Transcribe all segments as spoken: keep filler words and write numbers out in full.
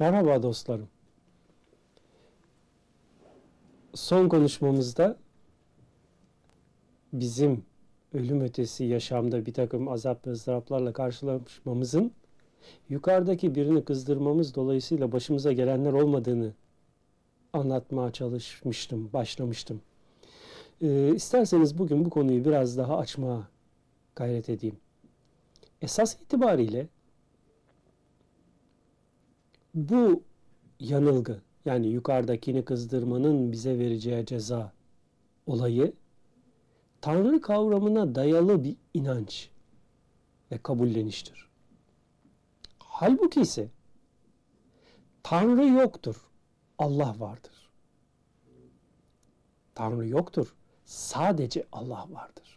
Merhaba dostlarım. Son konuşmamızda bizim ölüm ötesi yaşamda bir takım azap ve ızdıraplarla karşılaşmamızın yukarıdaki birini kızdırmamız dolayısıyla başımıza gelenler olmadığını anlatmaya çalışmıştım, başlamıştım. Ee, isterseniz bugün bu konuyu biraz daha açmaya gayret edeyim. Esas itibariyle bu yanılgı, yani yukarıdakini kızdırmanın bize vereceği ceza olayı, Tanrı kavramına dayalı bir inanç ve kabulleniştir. Halbuki ise Tanrı yoktur, Allah vardır. Tanrı yoktur, sadece Allah vardır.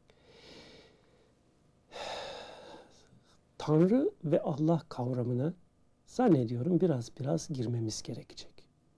Tanrı ve Allah kavramına zannediyorum biraz biraz girmemiz gerekecek.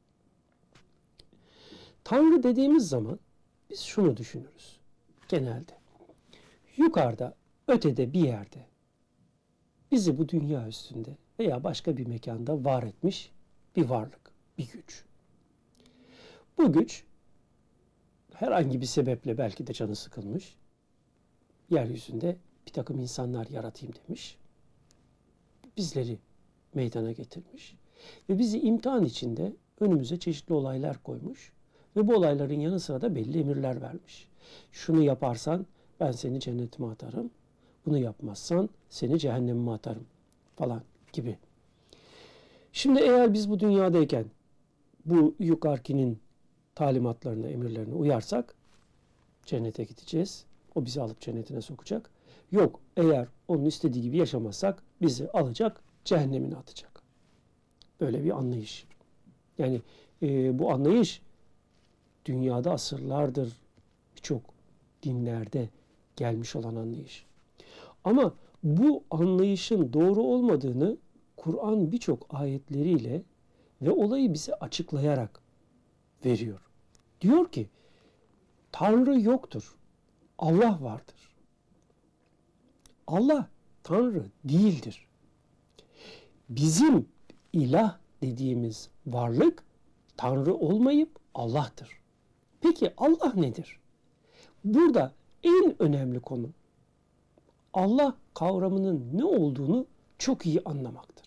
Tanrı dediğimiz zaman biz şunu düşünürüz genelde. Yukarıda, ötede bir yerde bizi bu dünya üstünde veya başka bir mekanda var etmiş bir varlık, bir güç. Bu güç herhangi bir sebeple belki de canı sıkılmış, yeryüzünde bir takım insanlar yaratayım demiş, bizleri meydana getirmiş ve bizi imtihan içinde önümüze çeşitli olaylar koymuş ve bu olayların yanı sıra da belli emirler vermiş. Şunu yaparsan ben seni cennetime atarım, bunu yapmazsan seni cehenneme atarım falan gibi. Şimdi eğer biz bu dünyadayken bu yukarıkinin talimatlarına, emirlerine uyarsak cennete gideceğiz. O bizi alıp cennetine sokacak. Yok, eğer onun istediği gibi yaşamazsak bizi alacak, cehennemine atacak. Böyle bir anlayış. Yani e, bu anlayış dünyada asırlardır birçok dinlerde gelmiş olan anlayış. Ama bu anlayışın doğru olmadığını Kur'an birçok ayetleriyle ve olayı bize açıklayarak veriyor. Diyor ki Tanrı yoktur, Allah vardır. Allah Tanrı değildir. Bizim ilah dediğimiz varlık Tanrı olmayıp Allah'tır. Peki Allah nedir? Burada en önemli konu Allah kavramının ne olduğunu çok iyi anlamaktır.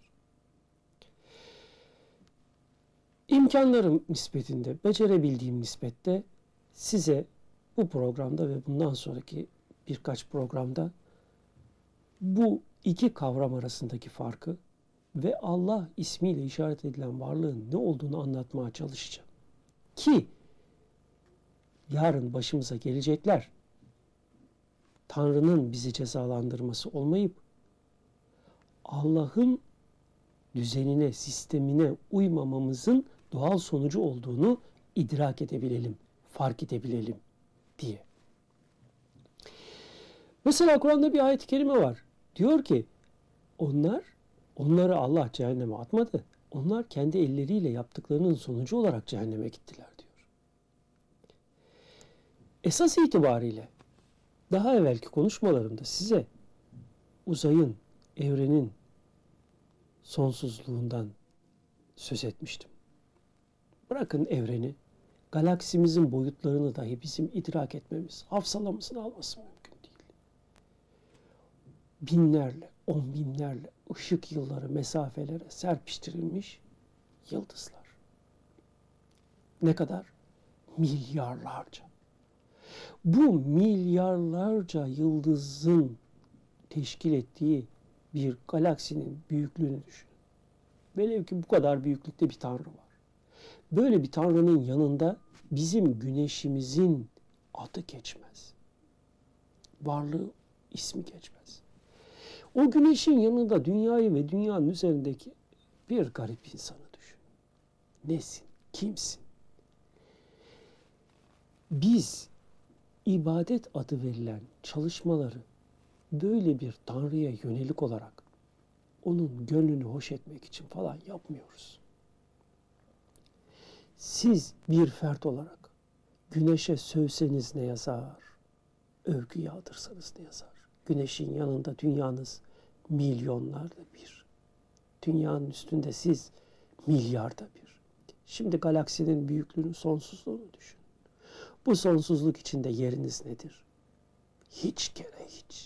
İmkanlarım nispetinde, becerebildiğim nispette size bu programda ve bundan sonraki birkaç programda bu iki kavram arasındaki farkı ve Allah ismiyle işaret edilen varlığın ne olduğunu anlatmaya çalışacağım. Ki yarın başımıza gelecekler Tanrı'nın bizi cezalandırması olmayıp Allah'ın düzenine, sistemine uymamamızın doğal sonucu olduğunu idrak edebilelim, fark edebilelim diye. Mesela Kur'an'da bir ayet-i kerime var. Diyor ki onlar, onları Allah cehenneme atmadı. Onlar kendi elleriyle yaptıklarının sonucu olarak cehenneme gittiler diyor. Esas itibariyle daha evvelki konuşmalarımda size uzayın, evrenin sonsuzluğundan söz etmiştim. Bırakın evreni, galaksimizin boyutlarını dahi bizim idrak etmemiz, hafsalamızın alması mümkün değil. Binlerle, on binlerle ışık yılları mesafelere serpiştirilmiş yıldızlar. Ne kadar? Milyarlarca. Bu milyarlarca yıldızın teşkil ettiği bir galaksinin büyüklüğünü düşünün. Velev ki bu kadar büyüklükte bir tanrı var. Böyle bir tanrının yanında bizim güneşimizin adı geçmez. Varlığı, ismi geçmez. O güneşin yanında dünyayı ve dünyanın üzerindeki bir garip insanı düşün. Nesin? Kimsin? Biz ibadet adı verilen çalışmaları böyle bir Tanrı'ya yönelik olarak onun gönlünü hoş etmek için falan yapmıyoruz. Siz bir fert olarak güneşe sövseniz ne yazar, övgü yağdırsanız ne yazar? Güneşin yanında dünyanız milyonlarla bir. Dünyanın üstünde siz Milyarda bir. Şimdi galaksinin büyüklüğünü, sonsuzluğunu düşün. Bu sonsuzluk içinde yeriniz nedir? Hiç kere hiç.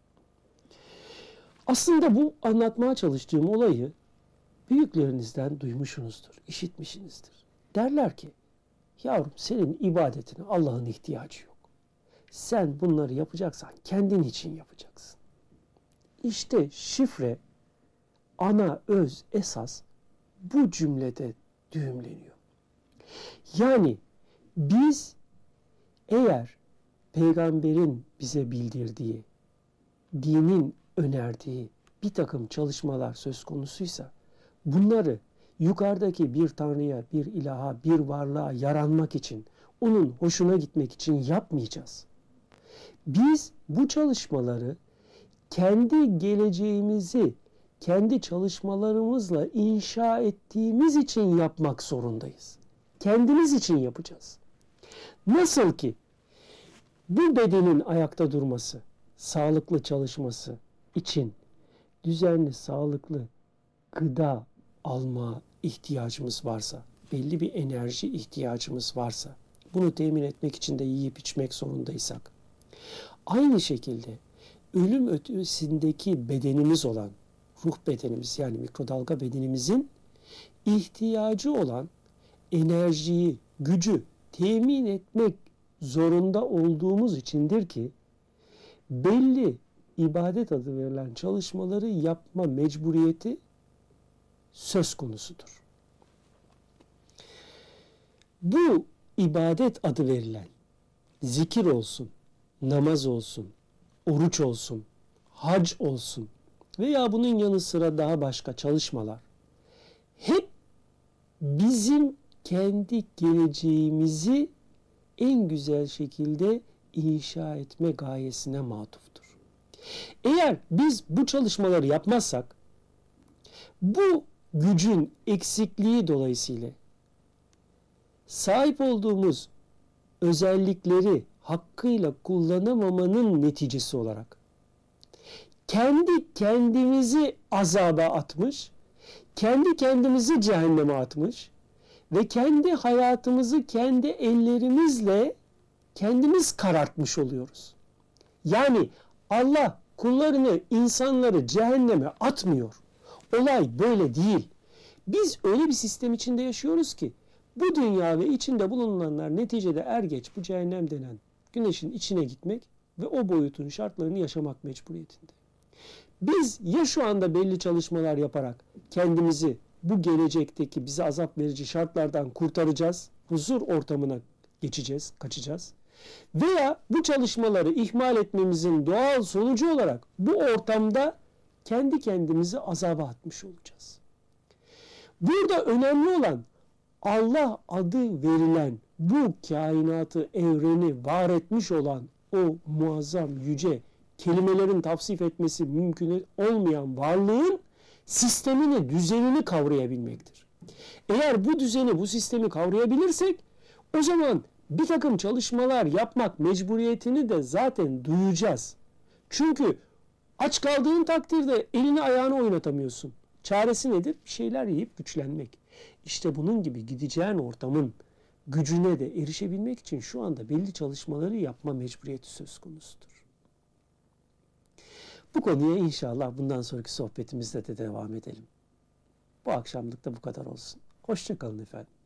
Aslında bu anlatmaya çalıştığım olayı büyüklerinizden duymuşsunuzdur, işitmişsinizdir. Derler ki, yavrum senin ibadetine Allah'ın ihtiyacı yok. Sen bunları yapacaksan kendin için yapacaksın. İşte şifre, ana, öz, esas bu cümlede düğümleniyor. Yani biz eğer peygamberin bize bildirdiği, dinin önerdiği bir takım çalışmalar söz konusuysa bunları yukarıdaki bir tanrıya, bir ilaha, bir varlığa yaranmak için, onun hoşuna gitmek için yapmayacağız. Biz bu çalışmaları kendi geleceğimizi kendi çalışmalarımızla inşa ettiğimiz için yapmak zorundayız. Kendimiz için yapacağız. Nasıl ki bu bedenin ayakta durması, sağlıklı çalışması için düzenli, sağlıklı gıda alma ihtiyacımız varsa, belli bir enerji ihtiyacımız varsa, bunu temin etmek için de yiyip içmek zorundaysak, aynı şekilde ölüm ötesindeki bedenimiz olan, ruh bedenimiz yani mikrodalga bedenimizin ihtiyacı olan enerjiyi, gücü temin etmek zorunda olduğumuz içindir ki belli ibadet adı verilen çalışmaları yapma mecburiyeti söz konusudur. Bu ibadet adı verilen zikir olsun, namaz olsun, oruç olsun, hac olsun veya bunun yanı sıra daha başka çalışmalar hep bizim kendi geleceğimizi en güzel şekilde inşa etme gayesine matuftur. Eğer biz bu çalışmaları yapmazsak bu gücün eksikliği dolayısıyla sahip olduğumuz özellikleri hakkıyla kullanamamanın neticesi olarak kendi kendimizi azaba atmış, kendi kendimizi cehenneme atmış ve kendi hayatımızı kendi ellerimizle kendimiz karartmış oluyoruz. Yani Allah kullarını, insanları cehenneme atmıyor. Olay böyle değil. Biz öyle bir sistem içinde yaşıyoruz ki bu dünya ve içinde bulunanlar neticede er geç bu cehennem denen güneşin içine gitmek ve o boyutun şartlarını yaşamak mecburiyetinde. Biz ya şu anda belli çalışmalar yaparak kendimizi bu gelecekteki bize azap verici şartlardan kurtaracağız, huzur ortamına geçeceğiz, kaçacağız. Veya bu çalışmaları ihmal etmemizin doğal sonucu olarak bu ortamda kendi kendimizi azaba atmış olacağız. Burada önemli olan Allah adı verilen bu kainatı, evreni var etmiş olan o muazzam, yüce, kelimelerin tavsif etmesi mümkün olmayan varlığın sistemini, düzenini kavrayabilmektir. Eğer bu düzeni, bu sistemi kavrayabilirsek o zaman bir takım çalışmalar yapmak mecburiyetini de zaten duyacağız. Çünkü aç kaldığın takdirde elini ayağını oynatamıyorsun. Çaresi nedir? Bir şeyler yiyip güçlenmek. İşte bunun gibi gideceğin ortamın gücüne de erişebilmek için şu anda belli çalışmaları yapma mecburiyeti söz konusudur. Bu konuya inşallah bundan sonraki sohbetimizde de devam edelim. Bu akşamlık da bu kadar olsun. Hoşça kalın efendim.